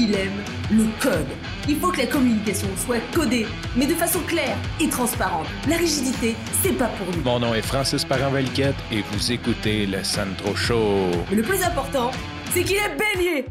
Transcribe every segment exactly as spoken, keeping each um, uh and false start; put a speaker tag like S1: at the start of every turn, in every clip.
S1: il aime le code. Il faut que la communication soit codée, mais de façon claire et transparente. La rigidité, c'est pas pour nous.
S2: Mon nom est Francis Parent-Valquette et vous écoutez le Sandro Show.
S1: Mais le plus important, c'est qu'il est bélier.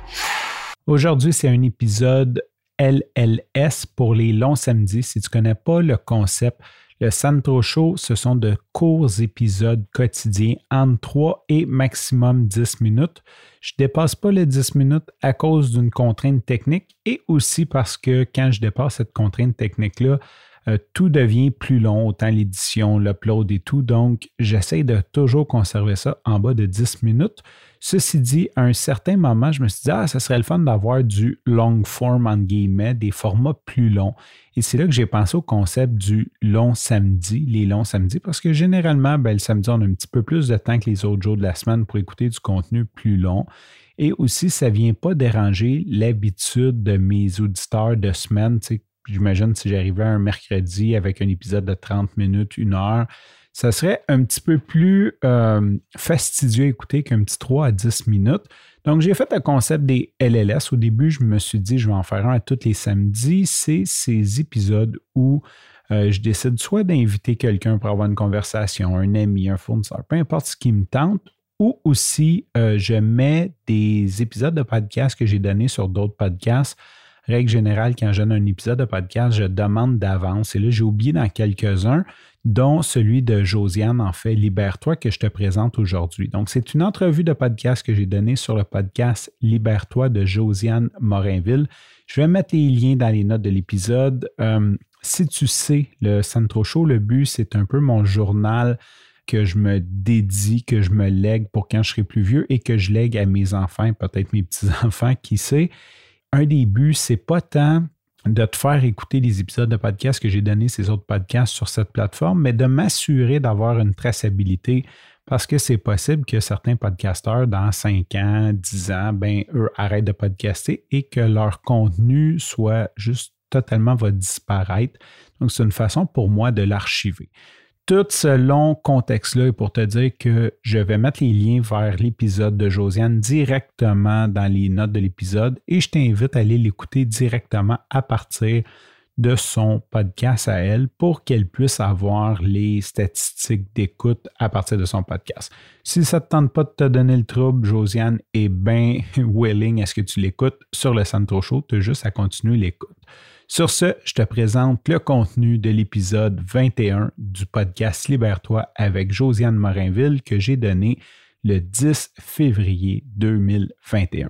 S3: Aujourd'hui, c'est un épisode L L S pour les longs samedis. Si tu ne connais pas le concept, le Sandro Show, ce sont de courts épisodes quotidiens entre trois et maximum dix minutes. Je ne dépasse pas les dix minutes à cause d'une contrainte technique et aussi parce que quand je dépasse cette contrainte technique-là, euh, tout devient plus long, autant l'édition, l'upload et tout. Donc, j'essaie de toujours conserver ça en bas de dix minutes. Ceci dit, à un certain moment, je me suis dit, ah, ça serait le fun d'avoir du long form, entre guillemets, des formats plus longs. Et c'est là que j'ai pensé au concept du long samedi, les longs samedis, parce que généralement, ben, le samedi, on a un petit peu plus de temps que les autres jours de la semaine pour écouter du contenu plus long. Et aussi, ça ne vient pas déranger l'habitude de mes auditeurs de semaine. Tu sais, j'imagine si j'arrivais un mercredi avec un épisode de trente minutes, une heure, ça serait un petit peu plus euh, fastidieux à écouter qu'un petit trois à dix minutes. Donc, j'ai fait le concept des L L S. Au début, je me suis dit, je vais en faire un à tous les samedis. C'est ces épisodes où euh, je décide soit d'inviter quelqu'un pour avoir une conversation, un ami, un fournisseur, peu importe ce qui me tente, ou aussi euh, je mets des épisodes de podcast que j'ai donnés sur d'autres podcasts. Règle générale, quand je donne un épisode de podcast, je demande d'avance. Et là, j'ai oublié dans quelques-uns, dont celui de Josiane, en fait, Libère-toi, que je te présente aujourd'hui. Donc, c'est une entrevue de podcast que j'ai donnée sur le podcast Libère-toi de Josiane Morinville. Je vais mettre les liens dans les notes de l'épisode. Euh, si tu sais, le Sandro Show, le but, c'est un peu mon journal que je me dédie, que je me lègue pour quand je serai plus vieux et que je lègue à mes enfants, peut-être mes petits-enfants, qui sait. Un des buts, c'est pas tant de te faire écouter les épisodes de podcast que j'ai donnés ces autres podcasts sur cette plateforme, mais de m'assurer d'avoir une traçabilité parce que c'est possible que certains podcasteurs, dans cinq ans, dix ans, ben, eux arrêtent de podcaster et que leur contenu soit juste totalement va disparaître. Donc, c'est une façon pour moi de l'archiver. Tout ce long contexte-là est pour te dire que je vais mettre les liens vers l'épisode de Josiane directement dans les notes de l'épisode et je t'invite à aller l'écouter directement à partir de son podcast à elle pour qu'elle puisse avoir les statistiques d'écoute à partir de son podcast. Si ça ne te tente pas de te donner le trouble, Josiane est bien willing à ce que tu l'écoutes sur le Sandro Show. Tu as juste à continuer l'écoute. Sur ce, je te présente le contenu de l'épisode vingt et un du podcast Libère-toi avec Josiane Morinville que j'ai donné le dix février deux mille vingt et un.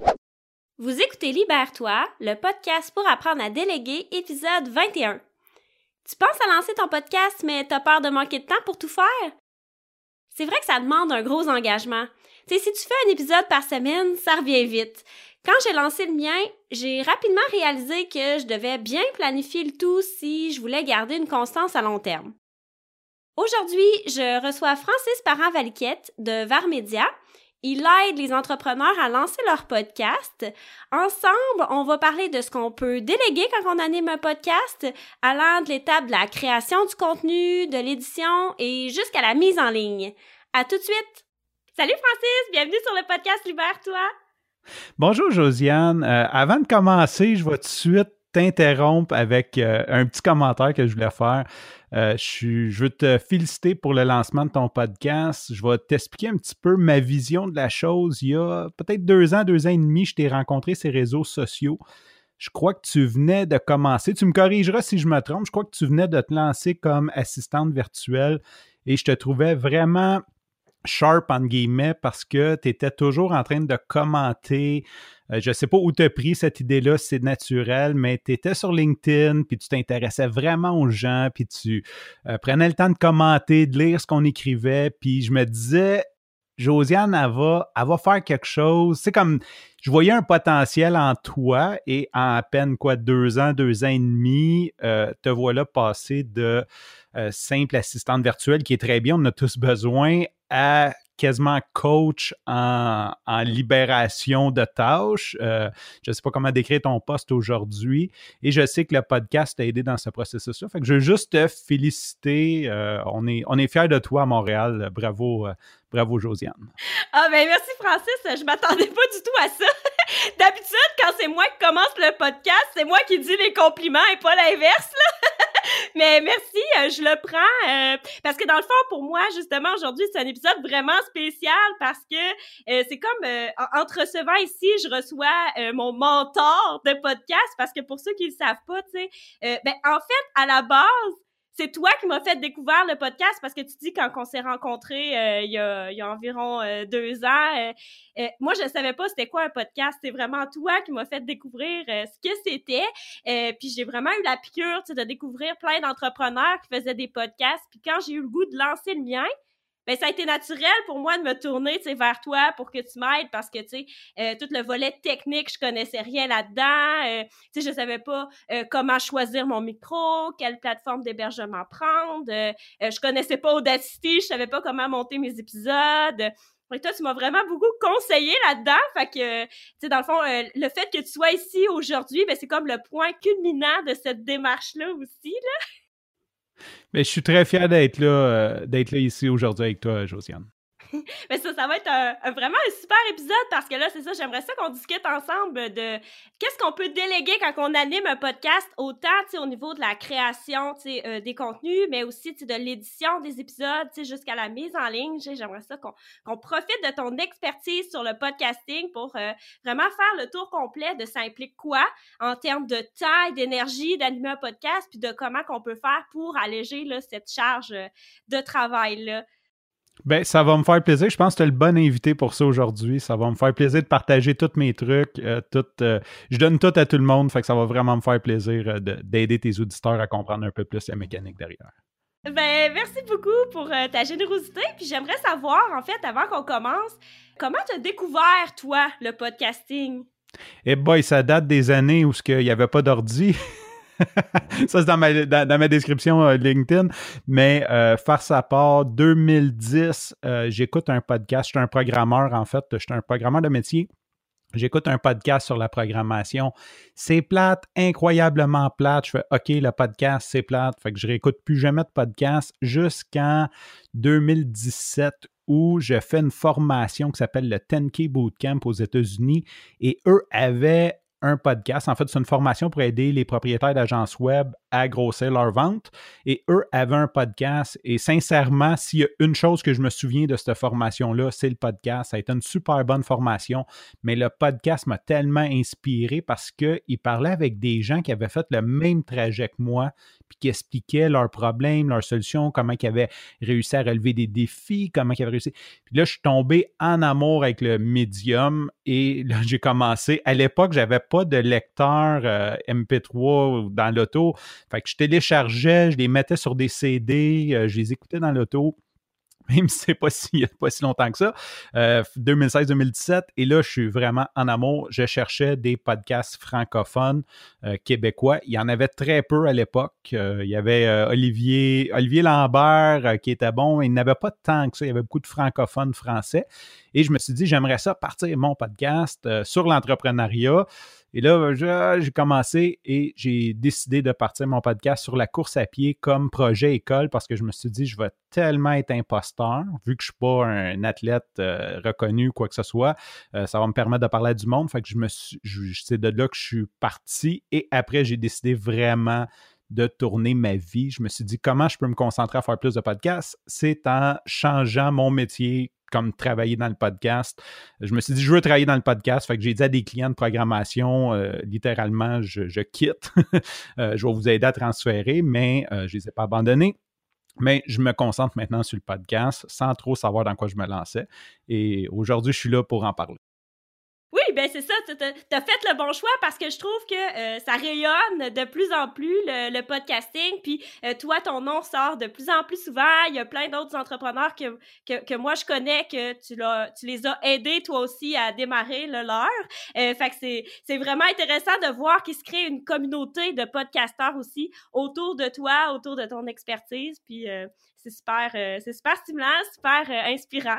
S4: Vous écoutez Libère-toi, le podcast pour apprendre à déléguer, épisode vingt et un. Tu penses à lancer ton podcast, mais t'as peur de manquer de temps pour tout faire? C'est vrai que ça demande un gros engagement. Tu sais, si tu fais un épisode par semaine, ça revient vite. Quand j'ai lancé le mien, j'ai rapidement réalisé que je devais bien planifier le tout si je voulais garder une constance à long terme. Aujourd'hui, je reçois Francis Parent-Valquette de VARmedia. Il aide les entrepreneurs à lancer leur podcast. Ensemble, on va parler de ce qu'on peut déléguer quand on anime un podcast, allant de l'étape de la création du contenu, de l'édition et jusqu'à la mise en ligne. À tout de suite! Salut Francis, bienvenue sur le podcast Libère-toi!
S3: Bonjour Josiane. Euh, avant de commencer, je vais tout de suite t'interrompre avec euh, un petit commentaire que je voulais faire. Euh, je, suis, je veux te féliciter pour le lancement de ton podcast. Je vais t'expliquer un petit peu ma vision de la chose. Il y a peut-être deux ans, deux ans et demi, je t'ai rencontré sur les réseaux sociaux. Je crois que tu venais de commencer. Tu me corrigeras si je me trompe. Je crois que tu venais de te lancer comme assistante virtuelle et je te trouvais vraiment sharp, entre guillemets, parce que tu étais toujours en train de commenter. Euh, je ne sais pas où tu as pris cette idée-là, si c'est naturel, mais tu étais sur LinkedIn, puis tu t'intéressais vraiment aux gens, puis tu euh, prenais le temps de commenter, de lire ce qu'on écrivait, puis je me disais, Josiane, elle va, elle va faire quelque chose. C'est comme, je voyais un potentiel en toi et en à peine, quoi, deux ans, deux ans et demi, euh, te voilà passer de euh, simple assistante virtuelle, qui est très bien, on en a tous besoin, à quasiment coach en, en libération de tâches. Euh, je ne sais pas comment décrire ton poste aujourd'hui et je sais que le podcast t'a aidé dans ce processus-là. Fait que je veux juste te féliciter. Euh, on est, on est fiers de toi à Montréal. Bravo, euh, Bravo, Josiane.
S4: Ah ben merci, Francis. Je m'attendais pas du tout à ça. D'habitude, quand c'est moi qui commence le podcast, c'est moi qui dis les compliments et pas l'inverse, là. Mais merci, euh, je le prends. Euh, parce que dans le fond, pour moi, justement, aujourd'hui, c'est un épisode vraiment spécial parce que euh, c'est comme, euh, en, en te recevant ici, je reçois euh, mon mentor de podcast parce que pour ceux qui le savent pas, tu sais, euh, ben en fait, à la base, c'est toi qui m'as fait découvrir le podcast parce que tu dis quand on s'est rencontrés euh, il y a il y a environ euh, deux ans, euh, euh, moi je savais pas c'était quoi un podcast. C'est vraiment toi qui m'as fait découvrir euh, ce que c'était. Euh, puis j'ai vraiment eu la piqûre, tu sais, de découvrir plein d'entrepreneurs qui faisaient des podcasts. Puis quand j'ai eu le goût de lancer le mien, ben ça a été naturel pour moi de me tourner, tu sais, vers toi pour que tu m'aides parce que, tu sais, euh, tout le volet technique, je connaissais rien là-dedans. Euh, tu sais, je savais pas euh, comment choisir mon micro, quelle plateforme d'hébergement prendre. Euh, euh, je connaissais pas Audacity, je savais pas comment monter mes épisodes. Fait que toi, tu m'as vraiment beaucoup conseillé là-dedans. Fait que, tu sais, dans le fond, euh, le fait que tu sois ici aujourd'hui, ben c'est comme le point culminant de cette démarche-là aussi, là.
S3: Mais je suis très fier d'être là, euh, d'être là ici aujourd'hui avec toi, Josiane.
S4: Mais ça, ça va être un, un, vraiment un super épisode parce que là, c'est ça, j'aimerais ça qu'on discute ensemble de qu'est-ce qu'on peut déléguer quand on anime un podcast, autant, tu sais, au niveau de la création, tu sais, euh, des contenus, mais aussi, tu sais, de l'édition des épisodes, tu sais, jusqu'à la mise en ligne. J'aimerais ça qu'on, qu'on profite de ton expertise sur le podcasting pour euh, vraiment faire le tour complet de ça implique quoi en termes de temps et d'énergie d'animer un podcast, puis de comment qu'on peut faire pour alléger là, cette charge de travail-là.
S3: Ben, ça va me faire plaisir. Je pense que tu es le bon invité pour ça aujourd'hui. Ça va me faire plaisir de partager tous mes trucs. Euh, tout, euh, je donne tout à tout le monde, fait que ça va vraiment me faire plaisir euh, de, d'aider tes auditeurs à comprendre un peu plus la mécanique derrière.
S4: Ben, merci beaucoup pour euh, ta générosité. Puis j'aimerais savoir, en fait, avant qu'on commence, comment tu as découvert, toi, le podcasting?
S3: Eh boy, ça date des années où il n'y avait pas d'ordi. Ça, c'est dans ma, dans, dans ma description euh, LinkedIn. Mais euh, farce à part, deux mille dix, euh, j'écoute un podcast. Je suis un programmeur, en fait. Je suis un programmeur de métier. J'écoute un podcast sur la programmation. C'est plate, incroyablement plate. Je fais OK, le podcast, c'est plate. Fait que je réécoute plus jamais de podcast jusqu'en deux mille dix-sept où je fais une formation qui s'appelle le dix K Bootcamp aux États-Unis. Et eux avaient un podcast. En fait, c'est une formation pour aider les propriétaires d'agences web à grossir leurs ventes. Et eux avaient un podcast. Et sincèrement, s'il y a une chose que je me souviens de cette formation-là, c'est le podcast. Ça a été une super bonne formation. Mais le podcast m'a tellement inspiré parce qu'il parlait avec des gens qui avaient fait le même trajet que moi, puis qui expliquaient leurs problèmes, leurs solutions, comment ils avaient réussi à relever des défis, comment ils avaient réussi. Puis là, je suis tombé en amour avec le médium et là, j'ai commencé. À l'époque, j'avais pas de lecteur euh, M P trois dans l'auto. Fait que je téléchargeais, je les mettais sur des C D, euh, je les écoutais dans l'auto. Même si c'est pas si, pas si longtemps que ça, euh, deux mille seize deux mille dix-sept, et là, je suis vraiment en amour. Je cherchais des podcasts francophones euh, québécois. Il y en avait très peu à l'époque. Euh, il y avait euh, Olivier, Olivier Lambert euh, qui était bon. Il n'avait pas tant que ça. Il y avait beaucoup de francophones français. Et je me suis dit, j'aimerais ça partir mon podcast euh, sur l'entrepreneuriat. Et là, j'ai commencé et j'ai décidé de partir mon podcast sur la course à pied comme projet école parce que je me suis dit, je vais tellement être imposteur, vu que je ne suis pas un athlète euh, reconnu ou quoi que ce soit. Euh, ça va me permettre de parler à du monde. Fait que je me suis, je, c'est de là que je suis parti. Et après, j'ai décidé vraiment de tourner ma vie. Je me suis dit, comment je peux me concentrer à faire plus de podcasts? C'est en changeant mon métier comme travailler dans le podcast. Je me suis dit, je veux travailler dans le podcast. Fait que j'ai dit à des clients de programmation, euh, littéralement, je, je quitte. euh, je vais vous aider à transférer, mais euh, je ne les ai pas abandonnés. Mais je me concentre maintenant sur le podcast sans trop savoir dans quoi je me lançais. Et aujourd'hui, je suis là pour en parler.
S4: Oui, ben c'est ça, t'as, t'as fait le bon choix parce que je trouve que euh, ça rayonne de plus en plus le, le podcasting, puis euh, toi, ton nom sort de plus en plus souvent. Il y a plein d'autres entrepreneurs que, que, que moi je connais, que tu, l'as, tu les as aidés toi aussi à démarrer le leur. Euh, fait que c'est, c'est vraiment intéressant de voir qu'il se crée une communauté de podcasteurs aussi autour de toi, autour de ton expertise, puis euh, c'est super, euh, c'est super stimulant, super euh, inspirant.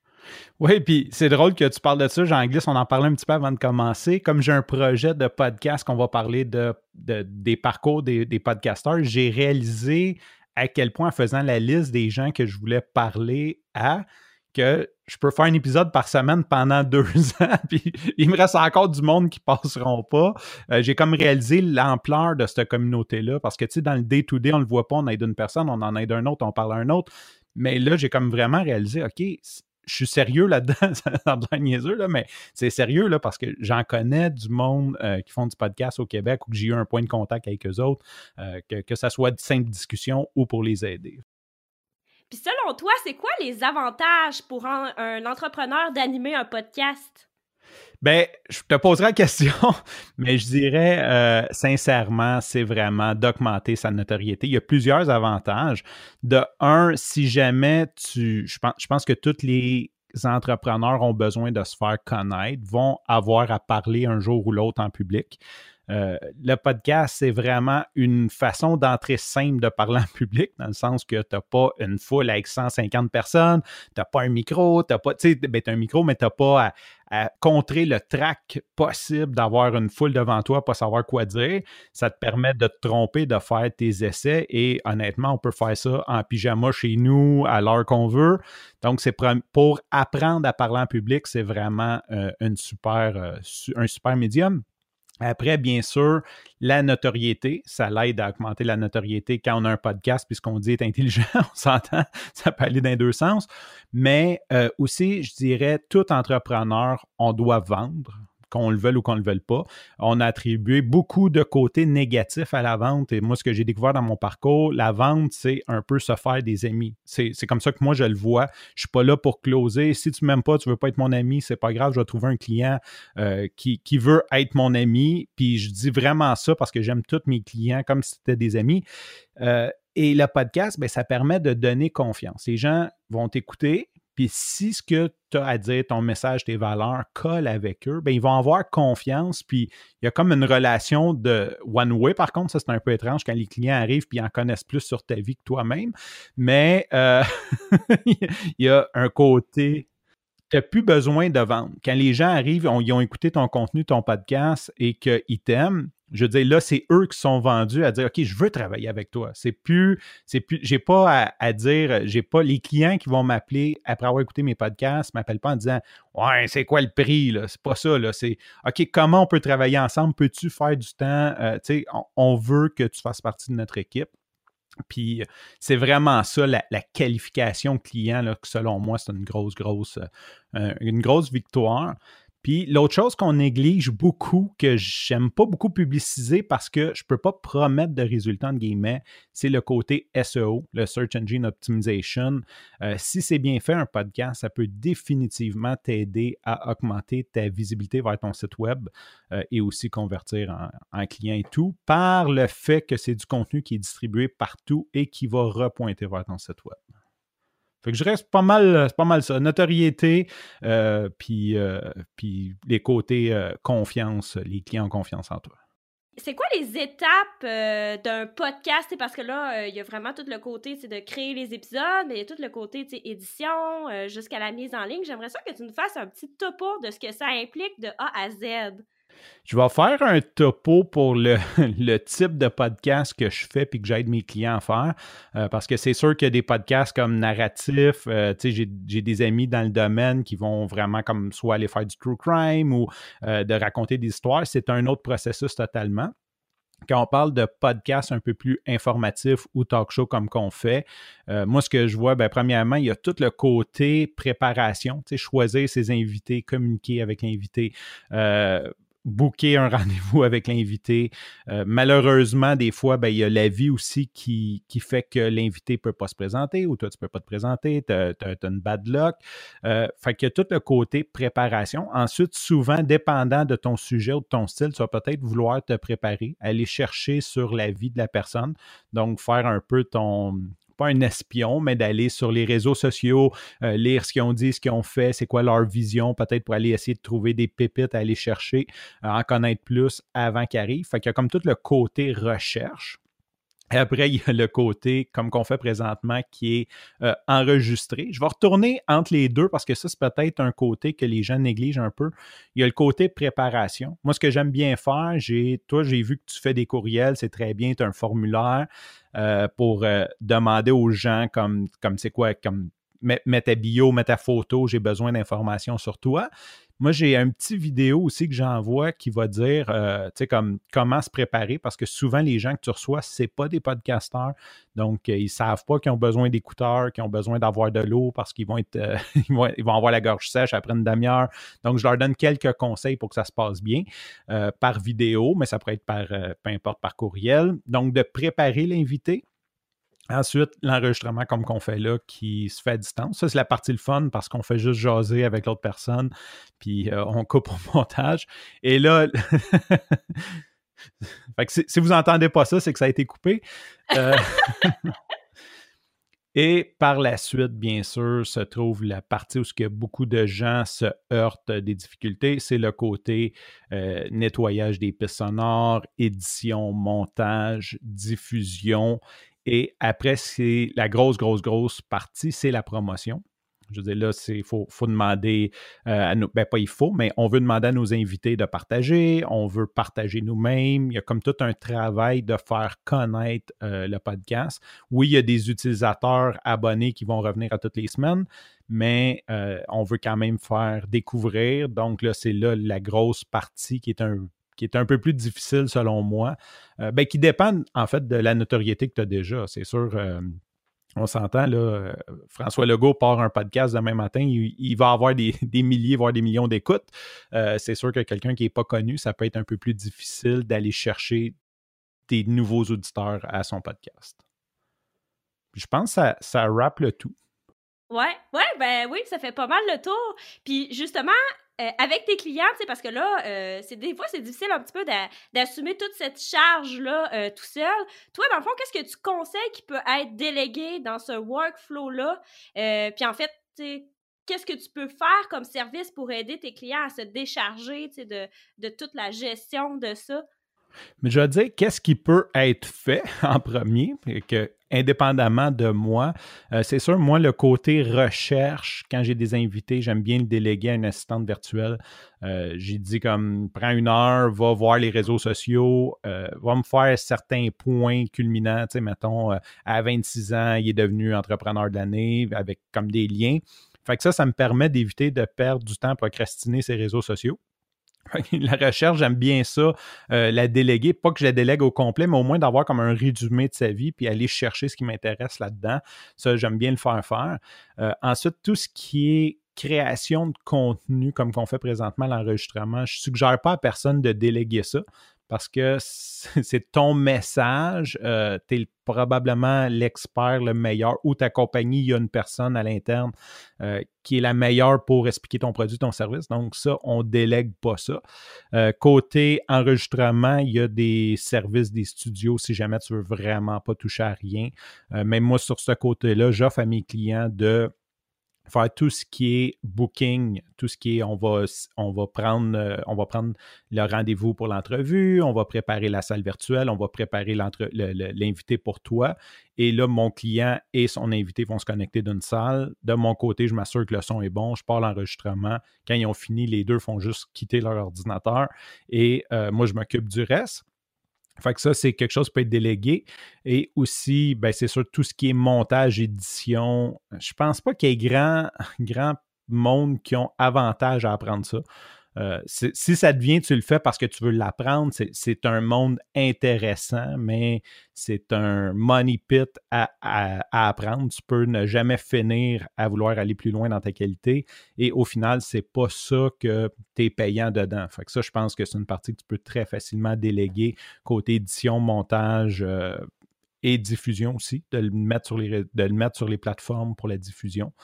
S3: Oui, puis c'est drôle que tu parles de ça. Jean Glisse, on en parlait un petit peu avant de commencer. Comme j'ai un projet de podcast qu'on va parler de, de, des parcours des, des podcasteurs, j'ai réalisé à quel point, en faisant la liste des gens que je voulais parler à, que je peux faire un épisode par semaine pendant deux ans, puis il me reste encore du monde qui ne passeront pas. Euh, j'ai comme réalisé l'ampleur de cette communauté-là, parce que, tu sais, dans le day-to-day, on ne le voit pas, on aide une personne, on en aide un autre, on parle à un autre, mais là, j'ai comme vraiment réalisé, OK, je suis sérieux là-dedans, ça a l'air niaiseux, là, mais c'est sérieux là, parce que j'en connais du monde euh, qui font du podcast au Québec ou que j'ai eu un point de contact avec eux autres, euh, que, que ça soit de simples discussions ou pour les aider.
S4: Puis selon toi, c'est quoi les avantages pour un, un entrepreneur d'animer un podcast?
S3: Ben, je te poserai la question, mais je dirais euh, sincèrement, c'est vraiment d'augmenter sa notoriété. Il y a plusieurs avantages. De un, si jamais tu... Je pense, je pense que tous les entrepreneurs ont besoin de se faire connaître, vont avoir à parler un jour ou l'autre en public. Euh, le podcast, c'est vraiment une façon d'entrer simple de parler en public, dans le sens que tu n'as pas une foule avec cent cinquante personnes, tu n'as pas un micro, tu n'as pas, tu sais, ben, tu as un micro, mais tu n'as pas à, à contrer le trac possible d'avoir une foule devant toi, pas savoir quoi dire. Ça te permet de te tromper, de faire tes essais et honnêtement, on peut faire ça en pyjama chez nous, à l'heure qu'on veut. Donc, c'est pour apprendre à parler en public, c'est vraiment euh, une super, euh, un super médium. Après, bien sûr, la notoriété, ça l'aide à augmenter la notoriété quand on a un podcast, puisqu'on dit est intelligent, on s'entend, ça peut aller dans les deux sens. Mais euh, aussi, je dirais, tout entrepreneur, on doit vendre, qu'on le veuille ou qu'on ne le veuille pas. On a attribué beaucoup de côtés négatifs à la vente. Et moi, ce que j'ai découvert dans mon parcours, la vente, c'est un peu se faire des amis. C'est, c'est comme ça que moi, je le vois. Je ne suis pas là pour closer. Si tu ne m'aimes pas, tu ne veux pas être mon ami, c'est pas grave, je vais trouver un client euh, qui, qui veut être mon ami. Puis je dis vraiment ça parce que j'aime tous mes clients comme si c'était des amis. Euh, et le podcast, bien, ça permet de donner confiance. Les gens vont t'écouter. Puis si ce que tu as à dire, ton message, tes valeurs, colle avec eux, bien, ils vont avoir confiance. Puis il y a comme une relation de one-way. Par contre, ça, c'est un peu étrange quand les clients arrivent puis ils en connaissent plus sur ta vie que toi-même. Mais euh, il y a un côté... Tu n'as plus besoin de vendre. Quand les gens arrivent, on, ils ont écouté ton contenu, ton podcast et qu'ils t'aiment, je veux dire, là, c'est eux qui sont vendus à dire « OK, je veux travailler avec toi. » C'est plus, c'est plus, j'ai pas à, à dire, j'ai pas les clients qui vont m'appeler après avoir écouté mes podcasts, ne m'appellent pas en disant « Ouais, c'est quoi le prix? » là? C'est pas ça, là. C'est « OK, comment on peut travailler ensemble? Peux-tu faire du temps? Euh, » Tu sais, on, on veut que tu fasses partie de notre équipe. Puis c'est vraiment ça, la, la qualification client, là, que selon moi, c'est une grosse, grosse, euh, une grosse victoire. Puis l'autre chose qu'on néglige beaucoup, que j'aime pas beaucoup publiciser parce que je peux pas promettre de résultats, entre guillemets, c'est le côté S E O, le Search Engine Optimization. Euh, si c'est bien fait, un podcast, ça peut définitivement t'aider à augmenter ta visibilité vers ton site web euh, et aussi convertir en, en client et tout, par le fait que c'est du contenu qui est distribué partout et qui va repointer vers ton site web. Fait que je reste pas mal, c'est pas mal ça. Notoriété, euh, puis, euh, puis les côtés euh, confiance, les clients ont confiance en toi.
S4: C'est quoi les étapes euh, d'un podcast? Parce que là, il euh, y a vraiment tout le côté de créer les épisodes, mais il y a tout le côté édition euh, jusqu'à la mise en ligne. J'aimerais ça que tu nous fasses un petit topo de ce que ça implique de A à Z.
S3: Je vais faire un topo pour le, le type de podcast que je fais puis que j'aide mes clients à faire euh, parce que c'est sûr qu'il y a des podcasts comme narratif. Euh, tu sais, j'ai, j'ai des amis dans le domaine qui vont vraiment comme soit aller faire du true crime ou euh, de raconter des histoires. C'est un autre processus totalement. Quand on parle de podcasts un peu plus informatifs ou talk show comme qu'on fait, euh, moi, ce que je vois, bien, premièrement, il y a tout le côté préparation, tu sais, choisir ses invités, communiquer avec l'invité, euh, booker un rendez-vous avec l'invité. Euh, malheureusement, des fois, ben, il y a la vie aussi qui, qui fait que l'invité ne peut pas se présenter ou toi, tu ne peux pas te présenter, tu as une bad luck. Euh, fait qu'il y a tout le côté préparation. Ensuite, souvent, dépendant de ton sujet ou de ton style, tu vas peut-être vouloir te préparer, aller chercher sur la vie de la personne. Donc, faire un peu ton... pas un espion, mais d'aller sur les réseaux sociaux, euh, lire ce qu'ils ont dit, ce qu'ils ont fait, c'est quoi leur vision, peut-être pour aller essayer de trouver des pépites à aller chercher, euh, en connaître plus avant qu'ils arrivent. Fait qu'il y a comme tout le côté recherche. Et après, il y a le côté, comme qu'on fait présentement, qui est euh, enregistré. Je vais retourner entre les deux parce que ça, c'est peut-être un côté que les gens négligent un peu. Il y a le côté préparation. Moi, ce que j'aime bien faire, j'ai, toi, j'ai vu que tu fais des courriels, c'est très bien, tu as un formulaire euh, pour euh, demander aux gens comme, comme c'est quoi, comme mets, mets ta bio, mets ta photo, j'ai besoin d'informations sur toi. Moi, j'ai un petit vidéo aussi que j'envoie qui va dire, euh, tu sais, comme comment se préparer, parce que souvent, les gens que tu reçois, c'est pas des podcasteurs, donc euh, ils savent pas qu'ils ont besoin d'écouteurs, qu'ils ont besoin d'avoir de l'eau parce qu'ils vont être, euh, ils, vont, ils vont avoir la gorge sèche après une demi-heure. Donc, je leur donne quelques conseils pour que ça se passe bien euh, par vidéo, mais ça pourrait être par, euh, peu importe, par courriel. Donc, de préparer l'invité. Ensuite, l'enregistrement comme qu'on fait là, qui se fait à distance. Ça, c'est la partie le fun parce qu'on fait juste jaser avec l'autre personne, puis euh, on coupe au montage. Et là, fait que si, si vous n'entendez pas ça, c'est que ça a été coupé. Euh... Et par la suite, bien sûr, se trouve la partie où que beaucoup de gens se heurtent des difficultés. C'est le côté euh, nettoyage des pistes sonores, édition, montage, diffusion. Et après, c'est la grosse, grosse, grosse partie, c'est la promotion. Je veux dire, là, il faut, faut demander euh, à nous, ben pas il faut, mais on veut demander à nos invités de partager, on veut partager nous-mêmes. Il y a comme tout un travail de faire connaître euh, le podcast. Oui, il y a des utilisateurs abonnés qui vont revenir à toutes les semaines, mais euh, on veut quand même faire découvrir. Donc là, c'est là la grosse partie qui est un qui est un peu plus difficile selon moi, euh, ben, qui dépend en fait de la notoriété que tu as déjà. C'est sûr, euh, on s'entend, là, euh, François Legault part un podcast demain matin, il, il va avoir des, des milliers, voire des millions d'écoutes. Euh, c'est sûr que quelqu'un qui n'est pas connu, ça peut être un peu plus difficile d'aller chercher des nouveaux auditeurs à son podcast. Je pense que ça, ça rappe le tout.
S4: Ouais, ouais, ben oui, ça fait pas mal le tour. Puis justement, euh, avec tes clients, tu sais, parce que là, euh, c'est des fois, c'est difficile un petit peu d'a- d'assumer toute cette charge-là euh, tout seul. Toi, dans le fond, qu'est-ce que tu conseilles qui peut être délégué dans ce workflow-là? Euh, puis en fait, tu sais, qu'est-ce que tu peux faire comme service pour aider tes clients à se décharger, tu sais, de, de toute la gestion de ça?
S3: Mais je vais dire, qu'est-ce qui peut être fait en premier, et que, indépendamment de moi, euh, c'est sûr, moi, le côté recherche, quand j'ai des invités, j'aime bien le déléguer à une assistante virtuelle. Euh, j'ai dit comme, prends une heure, va voir les réseaux sociaux, euh, va me faire certains points culminants, tu sais, mettons, euh, à vingt-six ans, il est devenu entrepreneur de l'année, avec comme des liens. Fait que ça, ça me permet d'éviter de perdre du temps à procrastiner ces réseaux sociaux. La recherche, j'aime bien ça, euh, la déléguer, pas que je la délègue au complet, mais au moins d'avoir comme un résumé de sa vie puis aller chercher ce qui m'intéresse là-dedans. Ça, j'aime bien le faire faire. Euh, ensuite, tout ce qui est création de contenu, comme qu'on fait présentement l'enregistrement, je ne suggère pas à personne de déléguer ça parce que c'est ton message, euh, tu es probablement l'expert, le meilleur, ou ta compagnie, il y a une personne à l'interne euh, qui est la meilleure pour expliquer ton produit, ton service. Donc ça, on ne délègue pas ça. Euh, côté enregistrement, il y a des services, des studios, si jamais tu ne veux vraiment pas toucher à rien. Euh, même moi, sur ce côté-là, j'offre à mes clients de faire tout ce qui est booking, tout ce qui est, on va, on va prendre, euh, on va prendre le rendez-vous pour l'entrevue, on va préparer la salle virtuelle, on va préparer l'entre, le, le, l'invité pour toi. Et là, mon client et son invité vont se connecter d'une salle. De mon côté, je m'assure que le son est bon, je pars l'enregistrement. Quand ils ont fini, les deux font juste quitter leur ordinateur et euh, moi, je m'occupe du reste. Fait que ça, c'est quelque chose qui peut être délégué. Et aussi, ben, c'est sûr, tout ce qui est montage, édition, je pense pas qu'il y ait grand, grand monde qui ont avantage à apprendre ça. Euh, si ça devient, tu le fais parce que tu veux l'apprendre, c'est, c'est un monde intéressant, mais c'est un money pit à, à, à apprendre. Tu peux ne jamais finir à vouloir aller plus loin dans ta qualité et au final, c'est pas ça que tu es payant dedans. Fait que ça, je pense que c'est une partie que tu peux très facilement déléguer côté édition, montage euh, et diffusion aussi, de le mettre sur les, de le mettre sur les plateformes pour la diffusion.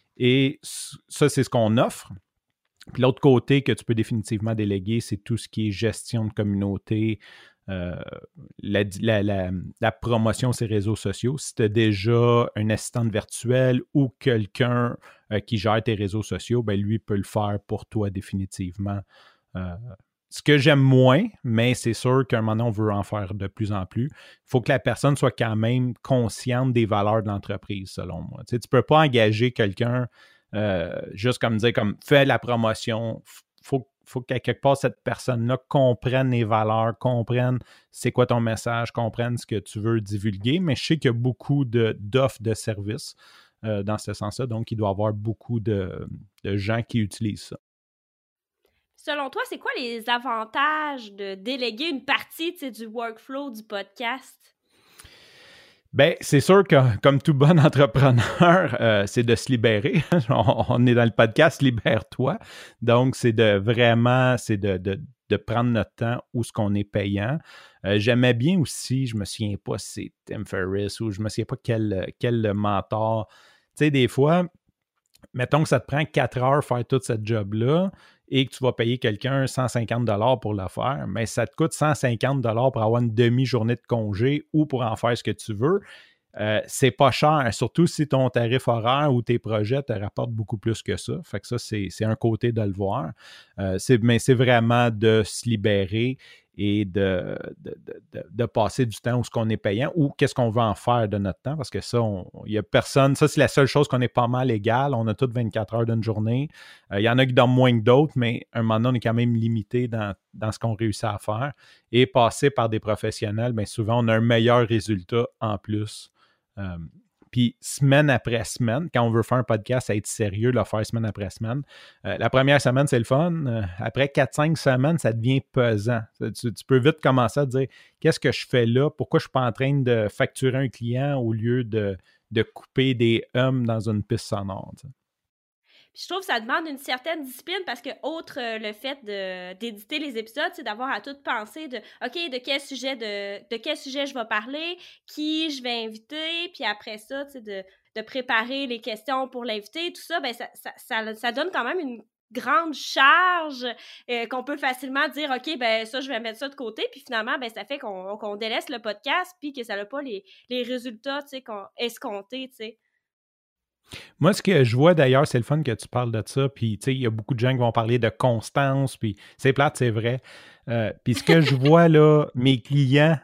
S3: Et ça, c'est ce qu'on offre. Puis l'autre côté que tu peux définitivement déléguer, c'est tout ce qui est gestion de communauté, euh, la, la, la, la promotion sur les réseaux sociaux. Si tu as déjà un assistant virtuel ou quelqu'un euh, qui gère tes réseaux sociaux, ben lui peut le faire pour toi définitivement. Euh, ce que j'aime moins, mais c'est sûr qu'à un moment donné, on veut en faire de plus en plus. Il faut que la personne soit quand même consciente des valeurs de l'entreprise, selon moi. Tu sais, tu ne peux pas engager quelqu'un Euh, juste comme dire, comme fais la promotion, il faut, faut qu'à quelque part, cette personne-là comprenne les valeurs, comprenne c'est quoi ton message, comprenne ce que tu veux divulguer, mais je sais qu'il y a beaucoup de, d'offres de services. euh, dans ce sens-là. Donc, il doit y avoir beaucoup de, de gens qui utilisent ça.
S4: Selon toi, c'est quoi les avantages de déléguer une partie du workflow du podcast?
S3: Bien, c'est sûr que, comme tout bon entrepreneur, euh, c'est de se libérer. on, on est dans le podcast « Libère-toi ». Donc, c'est de vraiment, c'est de, de, de prendre notre temps où ce qu'on est payant. Euh, j'aimais bien aussi, je me souviens pas si c'est Tim Ferriss ou je me souviens pas quel, quel mentor. Tu sais, des fois, mettons que ça te prend quatre heures faire toute cette job-là et que tu vas payer quelqu'un cent cinquante dollars pour le faire, mais ça te coûte cent cinquante dollars pour avoir une demi-journée de congé ou pour en faire ce que tu veux. Euh, c'est pas cher, surtout si ton tarif horaire ou tes projets te rapportent beaucoup plus que ça. Fait que ça, c'est, c'est un côté de le voir. Euh, c'est, mais c'est vraiment de se libérer et de, de, de, de passer du temps où ce qu'on est payant ou qu'est-ce qu'on veut en faire de notre temps, parce que ça, il n'y a personne, ça c'est la seule chose qu'on est pas mal égal, on a toutes vingt-quatre heures d'une journée, il euh, y en a qui dorment moins que d'autres, mais à un moment donné, on est quand même limité dans, dans ce qu'on réussit à faire, et passer par des professionnels, bien souvent, on a un meilleur résultat en plus. Euh, Puis semaine après semaine, quand on veut faire un podcast, à être sérieux, le faire semaine après semaine. Euh, la première semaine, c'est le fun. Euh, après quatre cinq semaines, ça devient pesant. Tu, tu peux vite commencer à te dire qu'est-ce que je fais là? Pourquoi je ne suis pas en train de facturer un client au lieu de, de couper des hums dans une piste sonore? Tu sais.
S4: Je trouve que ça demande une certaine discipline parce que, outre euh, le fait de, d'éditer les épisodes, c'est d'avoir à tout penser de OK, de quel sujet de, de quel sujet je vais parler, qui je vais inviter, puis après ça, tu sais, de, de préparer les questions pour l'invité, tout ça, ben ça, ça, ça, ça donne quand même une grande charge euh, qu'on peut facilement dire OK, ben ça, je vais mettre ça de côté, puis finalement, ben ça fait qu'on, qu'on délaisse le podcast, puis que ça n'a pas les, les résultats, tu sais, qu'on, escomptés, tu sais.
S3: Moi, ce que je vois d'ailleurs, c'est le fun que tu parles de ça. Puis, tu sais, il y a beaucoup de gens qui vont parler de constance. Puis, c'est plate, c'est vrai. Euh, puis, ce que je vois là, mes clients,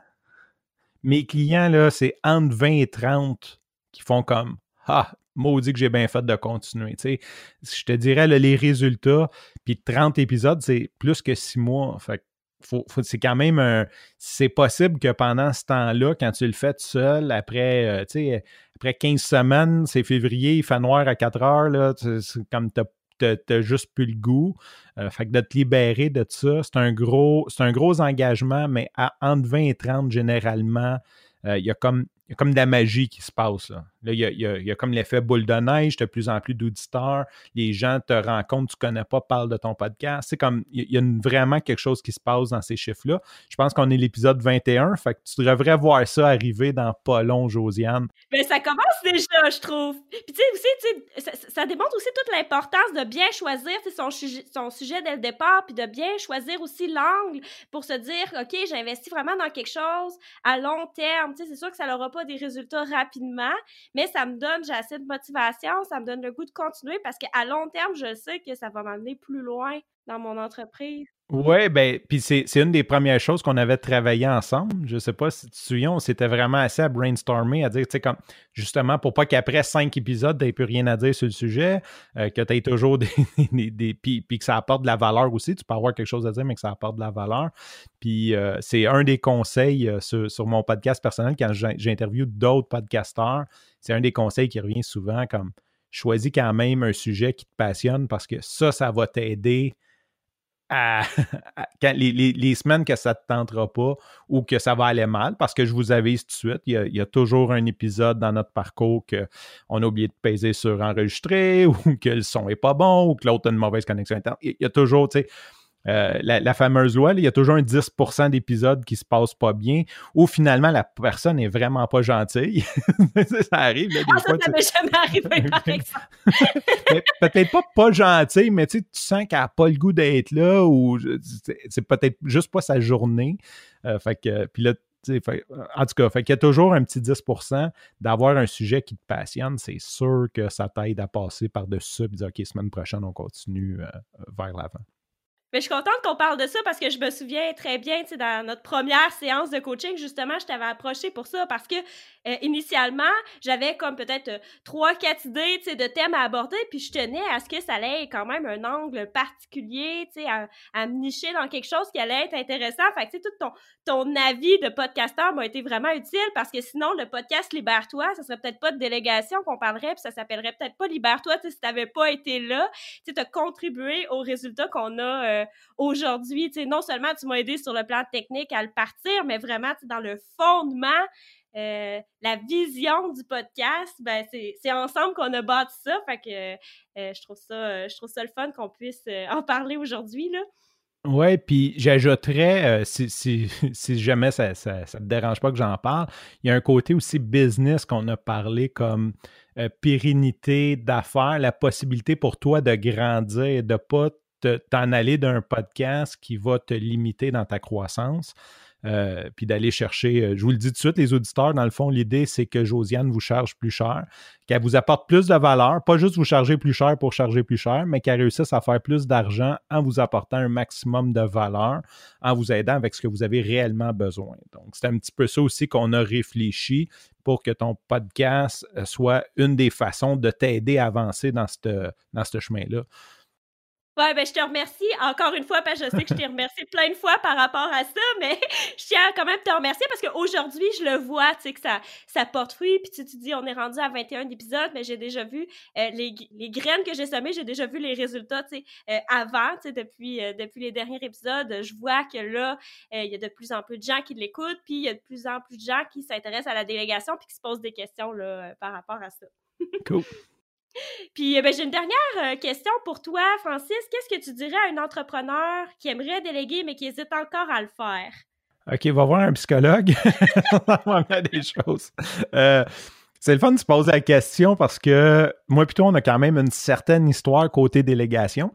S3: mes clients, là, c'est entre vingt et trente qui font comme ah, maudit que j'ai bien fait de continuer. Tu sais, je te dirais, là, les résultats, puis trente épisodes, c'est plus que six mois. Fait Faut, faut, c'est quand même un. C'est possible que pendant ce temps-là, quand tu le fais tout seul, après, euh, tu sais, après quinze semaines, c'est février, il fait noir à quatre heures, là, c'est comme t'as, t'as, t'as juste plus le goût. Euh, fait que de te libérer de ça, c'est un gros, c'est un gros engagement, mais à entre vingt et trente, généralement, il euh, y a comme. Il y a comme de la magie qui se passe. Là, là il, y a, il, y a, il y a comme l'effet boule de neige, de plus en plus d'auditeurs, les gens te rencontrent, tu ne connais pas, parlent de ton podcast. C'est comme, il y a une, vraiment quelque chose qui se passe dans ces chiffres-là. Je pense qu'on est l'épisode vingt et un, fait que tu devrais voir ça arriver dans pas long, Josiane.
S4: Mais ça commence déjà, je trouve. Puis tu sais aussi, tu sais, ça, ça démontre aussi toute l'importance de bien choisir son, son sujet dès le départ, puis de bien choisir aussi l'angle pour se dire, OK, j'investis vraiment dans quelque chose à long terme. Tu sais, c'est sûr que ça n'aura pas des résultats rapidement, mais ça me donne, j'ai assez de motivation, ça me donne le goût de continuer parce qu'à long terme, je sais que ça va m'amener plus loin dans mon entreprise.
S3: Oui, bien, puis c'est, c'est une des premières choses qu'on avait travaillé ensemble. Je ne sais pas si tu te souviens, on s'était vraiment assez à brainstormer, à dire, tu sais, comme, justement, pour pas qu'après cinq épisodes, tu n'aies plus rien à dire sur le sujet, euh, que tu aies toujours des. des, des puis, puis que ça apporte de la valeur aussi. Tu peux avoir quelque chose à dire, mais que ça apporte de la valeur. Puis euh, c'est un des conseils euh, sur, sur mon podcast personnel, quand j'interviewe d'autres podcasteurs, c'est un des conseils qui revient souvent, comme, choisis quand même un sujet qui te passionne parce que ça, ça va t'aider. À, à, quand les, les, les semaines que ça ne te tentera pas ou que ça va aller mal, parce que je vous avise tout de suite, il y a, il y a toujours un épisode dans notre parcours qu'on a oublié de peser sur enregistrer ou que le son n'est pas bon ou que l'autre a une mauvaise connexion internet. Il y a toujours, tu sais, Euh, la, la fameuse loi, là, il y a toujours un dix pour cent d'épisodes qui se passent pas bien ou finalement la personne n'est vraiment pas gentille. Ça arrive. Là, des
S4: ah,
S3: fois,
S4: ça, ça m'est jamais arrivé, par exemple.
S3: Peut-être pas pas gentille, mais tu sens qu'elle n'a pas le goût d'être là ou c'est, c'est peut-être juste pas sa journée. Euh, fait que, puis là, fait, en tout cas, fait qu'il y a toujours un petit dix pour cent d'avoir un sujet qui te passionne. C'est sûr que ça t'aide à passer par-dessus ça et dire OK, semaine prochaine, on continue euh, vers l'avant.
S4: Mais je suis contente qu'on parle de ça parce que je me souviens très bien, tu sais, dans notre première séance de coaching, justement, je t'avais approché pour ça parce que euh, initialement, j'avais comme peut-être euh, trois, quatre idées, tu sais, de thèmes à aborder, puis je tenais à ce que ça ait quand même un angle particulier, tu sais, à, à me nicher dans quelque chose qui allait être intéressant. Fait que, tu sais, tout ton, ton avis de podcasteur m'a été vraiment utile parce que sinon, le podcast Libère-toi, ça serait peut-être pas de délégation qu'on parlerait, puis ça s'appellerait peut-être pas Libère-toi, tu sais, si t'avais pas été là, tu sais, t'as contribué aux résultats qu'on a euh, aujourd'hui. Tu sais, non seulement tu m'as aidé sur le plan technique à le partir, mais vraiment, tu sais, dans le fondement, euh, la vision du podcast, ben c'est, c'est ensemble qu'on a bâti ça. Fait que euh, je trouve ça, euh, je trouve ça le fun qu'on puisse euh, en parler aujourd'hui, là.
S3: Oui, puis j'ajouterais, euh, si, si, si jamais ça ne ça, ça te dérange pas que j'en parle, il y a un côté aussi business qu'on a parlé comme euh, pérennité d'affaires, la possibilité pour toi de grandir, de ne pas te, t'en aller d'un podcast qui va te limiter dans ta croissance. Euh, puis d'aller chercher, euh, je vous le dis tout de suite, les auditeurs, dans le fond, l'idée, c'est que Josiane vous charge plus cher, qu'elle vous apporte plus de valeur, pas juste vous charger plus cher pour charger plus cher, mais qu'elle réussisse à faire plus d'argent en vous apportant un maximum de valeur, en vous aidant avec ce que vous avez réellement besoin. Donc, c'est un petit peu ça aussi qu'on a réfléchi pour que ton podcast soit une des façons de t'aider à avancer dans ce dans ce chemin-là.
S4: Ouais, ben je te remercie encore une fois, parce que je sais que je t'ai remercié plein de fois par rapport à ça, mais je tiens quand même à te remercier parce qu'aujourd'hui, je le vois, tu sais, que ça, ça porte fruit, puis tu te dis, on est rendu à vingt et un épisodes, mais j'ai déjà vu euh, les, les graines que j'ai semées, j'ai déjà vu les résultats, tu sais, euh, avant, tu sais, depuis, euh, depuis les derniers épisodes, je vois que là, il euh, y a de plus en plus de gens qui l'écoutent, puis il y a de plus en plus de gens qui s'intéressent à la délégation, puis qui se posent des questions, là, euh, par rapport à ça.
S3: Cool.
S4: Puis, ben, j'ai une dernière euh, question pour toi, Francis. Qu'est-ce que tu dirais à un entrepreneur qui aimerait déléguer, mais qui hésite encore à le faire?
S3: OK, va voir un psychologue. On va faire des choses. Euh, c'est le fun de se poser la question parce que moi, plutôt, on a quand même une certaine histoire côté délégation.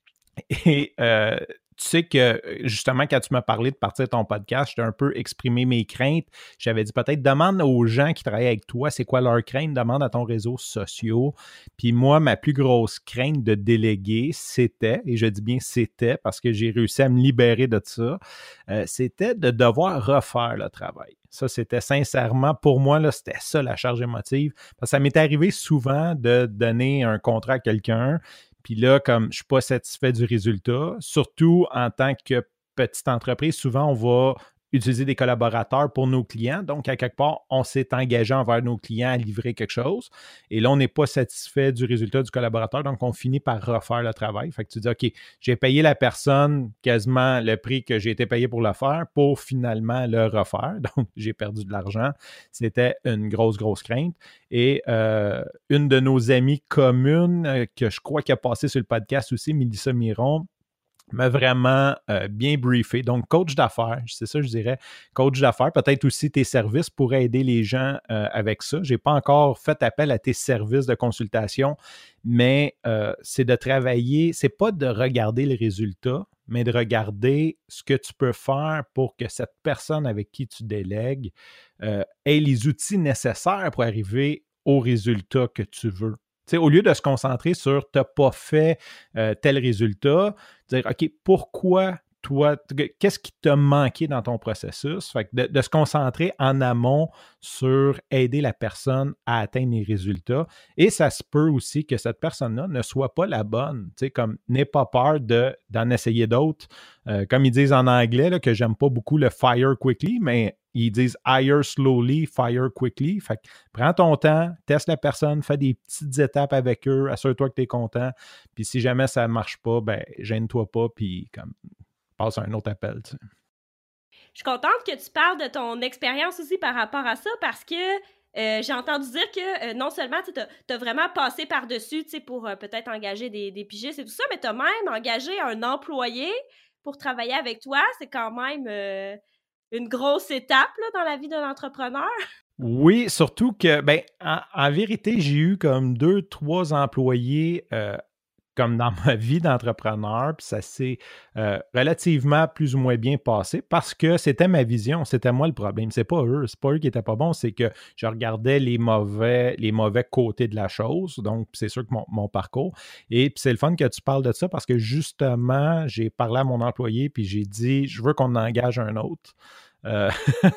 S3: Et euh, tu sais que, justement, quand tu m'as parlé de partir ton podcast, je t'ai un peu exprimé mes craintes. J'avais dit peut-être, demande aux gens qui travaillent avec toi, c'est quoi leur crainte, demande à ton réseau social. Puis moi, ma plus grosse crainte de déléguer, c'était, et je dis bien c'était, parce que j'ai réussi à me libérer de ça, euh, c'était de devoir refaire le travail. Ça, c'était sincèrement, pour moi, là, c'était ça la charge émotive. Parce que ça m'est arrivé souvent de donner un contrat à quelqu'un. Puis là, comme je ne suis pas satisfait du résultat, surtout en tant que petite entreprise, souvent, on va utiliser des collaborateurs pour nos clients. Donc, à quelque part, on s'est engagé envers nos clients à livrer quelque chose. Et là, on n'est pas satisfait du résultat du collaborateur. Donc, on finit par refaire le travail. Fait que tu dis, OK, j'ai payé la personne quasiment le prix que j'ai été payé pour le faire pour finalement le refaire. Donc, j'ai perdu de l'argent. C'était une grosse, grosse crainte. Et euh, une de nos amies communes, euh, que je crois qui a passé sur le podcast aussi, Mélissa Miron, m'a vraiment euh, bien briefé. Donc, coach d'affaires, c'est ça je dirais, coach d'affaires. Peut-être aussi tes services pourraient aider les gens euh, avec ça. Je n'ai pas encore fait appel à tes services de consultation, mais euh, c'est de travailler, c'est pas de regarder le résultat, mais de regarder ce que tu peux faire pour que cette personne avec qui tu délègues euh, ait les outils nécessaires pour arriver au résultat que tu veux. T'sais, au lieu de se concentrer sur « tu n'as pas fait euh, tel résultat », dire « OK, pourquoi toi, qu'est-ce qui t'a manqué dans ton processus? » Fait que de, de se concentrer en amont sur aider la personne à atteindre les résultats. Et ça se peut aussi que cette personne-là ne soit pas la bonne. Tu sais, comme n'aie pas peur de, d'en essayer d'autres. Euh, comme ils disent en anglais, là, que j'aime pas beaucoup le « fire quickly », mais ils disent « hire slowly, fire quickly ». Fait que prends ton temps, teste la personne, fais des petites étapes avec eux, assure-toi que tu es content. Puis si jamais ça ne marche pas, ben gêne-toi pas, puis comme passe à un autre appel. Tu sais.
S4: Je suis contente que tu parles de ton expérience aussi par rapport à ça, parce que euh, j'ai entendu dire que euh, non seulement tu as vraiment passé par-dessus pour euh, peut-être engager des, des pigistes et tout ça, mais tu as même engagé un employé pour travailler avec toi. C'est quand même euh, une grosse étape là, dans la vie d'un entrepreneur.
S3: Oui, surtout que, ben, en, en vérité, j'ai eu comme deux, trois employés euh, comme dans ma vie d'entrepreneur, puis ça s'est euh, relativement plus ou moins bien passé parce que c'était ma vision, c'était moi le problème. C'est pas eux, c'est pas eux qui étaient pas bons, c'est que je regardais les mauvais, les mauvais côtés de la chose. Donc, c'est sûr que mon, mon parcours. Et puis c'est le fun que tu parles de ça parce que justement, j'ai parlé à mon employé puis j'ai dit, je veux qu'on engage un autre. Euh,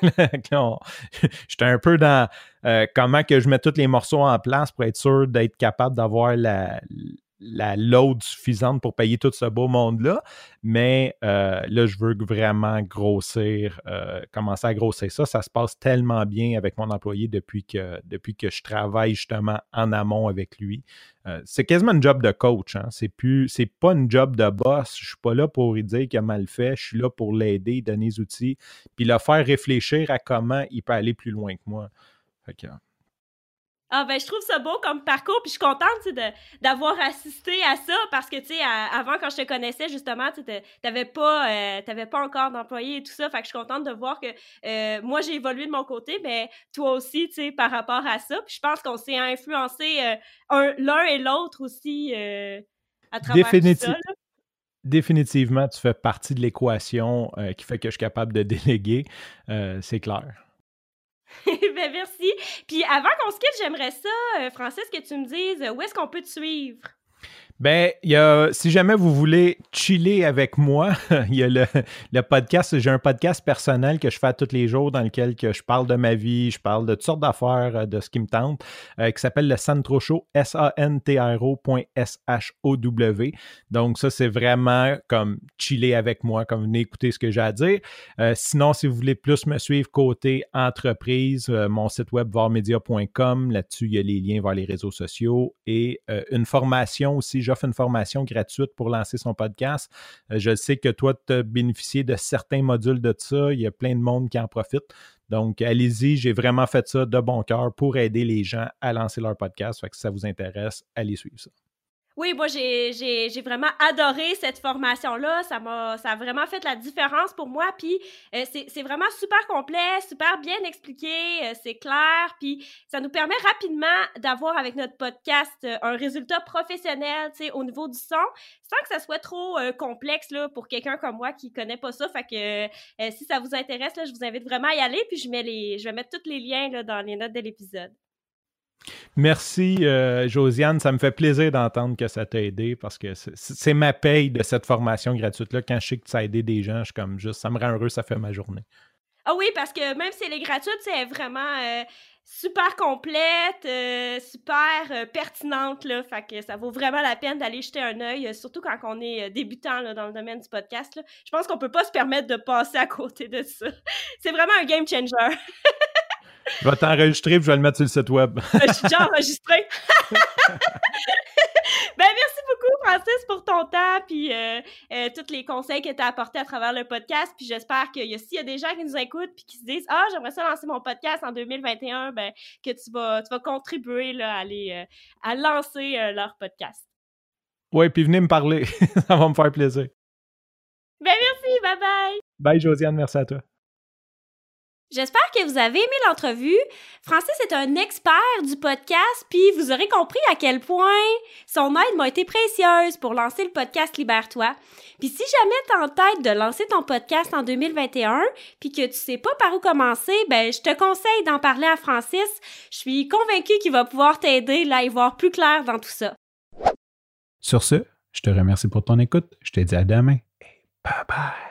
S3: J'étais un peu dans euh, comment que je mets tous les morceaux en place pour être sûr d'être capable d'avoir la, la load suffisante pour payer tout ce beau monde-là. Mais euh, là, je veux vraiment grossir, euh, commencer à grossir ça. Ça se passe tellement bien avec mon employé depuis que, depuis que je travaille justement en amont avec lui. Euh, c'est quasiment une job de coach. Hein? C'est plus, c'est pas une job de boss. Je suis pas là pour lui dire qu'il a mal fait. Je suis là pour l'aider, donner des outils, puis le faire réfléchir à comment il peut aller plus loin que moi. Fait que,
S4: Ah ben je trouve ça beau comme parcours, puis je suis contente de, d'avoir assisté à ça, parce que tu sais, avant quand je te connaissais justement, tu t'avais pas euh, t'avais pas encore d'employé et tout ça, fait que je suis contente de voir que euh, moi j'ai évolué de mon côté, mais toi aussi, tu sais, par rapport à ça, puis je pense qu'on s'est influencé euh, un, l'un et l'autre aussi euh, à travers Définitiv- tout ça, là.
S3: Définitivement, tu fais partie de l'équation euh, qui fait que je suis capable de déléguer, euh, c'est clair.
S4: Ben merci. Puis avant qu'on se quitte, j'aimerais ça, euh, Francis, que tu me dises où est-ce qu'on peut te suivre?
S3: Ben, il y a, si jamais vous voulez chiller avec moi, il y a le, le podcast, j'ai un podcast personnel que je fais tous les jours dans lequel que je parle de ma vie, je parle de toutes sortes d'affaires, de ce qui me tente, euh, qui s'appelle le Santro Show, S A N T R O point S H O W. Donc ça, c'est vraiment comme chiller avec moi, comme venez écouter ce que j'ai à dire. Euh, sinon, si vous voulez plus me suivre côté entreprise, euh, mon site web varmedia point com, là-dessus, il y a les liens vers les réseaux sociaux et euh, une formation aussi. J'offre une formation gratuite pour lancer son podcast. Euh, je sais que toi, tu as bénéficié de certains modules de ça. Il y a plein de monde qui en profite. Donc, allez-y. J'ai vraiment fait ça de bon cœur pour aider les gens à lancer leur podcast. Fait que si ça vous intéresse, allez suivre ça.
S4: Oui, moi, j'ai, j'ai, j'ai vraiment adoré cette formation-là. Ça m'a, ça a vraiment fait la différence pour moi. Puis, euh, c'est, c'est vraiment super complet, super bien expliqué, euh, c'est clair. Puis, ça nous permet rapidement d'avoir avec notre podcast euh, un résultat professionnel, tu sais, au niveau du son, sans que ça soit trop euh, complexe là, pour quelqu'un comme moi qui connaît pas ça. Fait que euh, si ça vous intéresse, là, je vous invite vraiment à y aller. Puis, je mets les, je vais mettre tous les liens là, dans les notes de l'épisode.
S3: Merci, euh, Josiane. Ça me fait plaisir d'entendre que ça t'a aidé parce que c'est, c'est ma paye de cette formation gratuite-là. Quand je sais que ça a aidé des gens, je suis comme juste, ça me rend heureux, ça fait ma journée.
S4: Ah oui, parce que même si elle est gratuite, c'est vraiment euh, super complète, euh, super euh, pertinente, là. Fait que ça vaut vraiment la peine d'aller jeter un œil, surtout quand on est débutant là, dans le domaine du podcast, là. Je pense qu'on peut pas se permettre de passer à côté de ça. C'est vraiment un game changer.
S3: Je vais t'enregistrer et je vais le mettre sur le site web.
S4: Je suis déjà enregistré. Ben, merci beaucoup, Francis, pour ton temps puis euh, euh, tous les conseils que tu as apportés à travers le podcast. Puis j'espère que y a, s'il y a des gens qui nous écoutent puis qui se disent « Ah, j'aimerais ça lancer mon podcast en deux mille vingt et un », ben, que tu vas, tu vas contribuer là, à, les, euh, à lancer euh, leur podcast.
S3: Oui, puis venez me parler. Ça va me faire plaisir.
S4: Ben, merci. Bye-bye.
S3: Bye, Josiane. Merci à toi.
S4: J'espère que vous avez aimé l'entrevue. Francis est un expert du podcast, puis vous aurez compris à quel point son aide m'a été précieuse pour lancer le podcast Libère-toi. Puis si jamais t'as en tête de lancer ton podcast en deux mille vingt et un, puis que tu sais pas par où commencer, ben je te conseille d'en parler à Francis. Je suis convaincue qu'il va pouvoir t'aider là, à y voir plus clair dans tout ça.
S3: Sur ce, je te remercie pour ton écoute. Je te dis à demain et bye bye.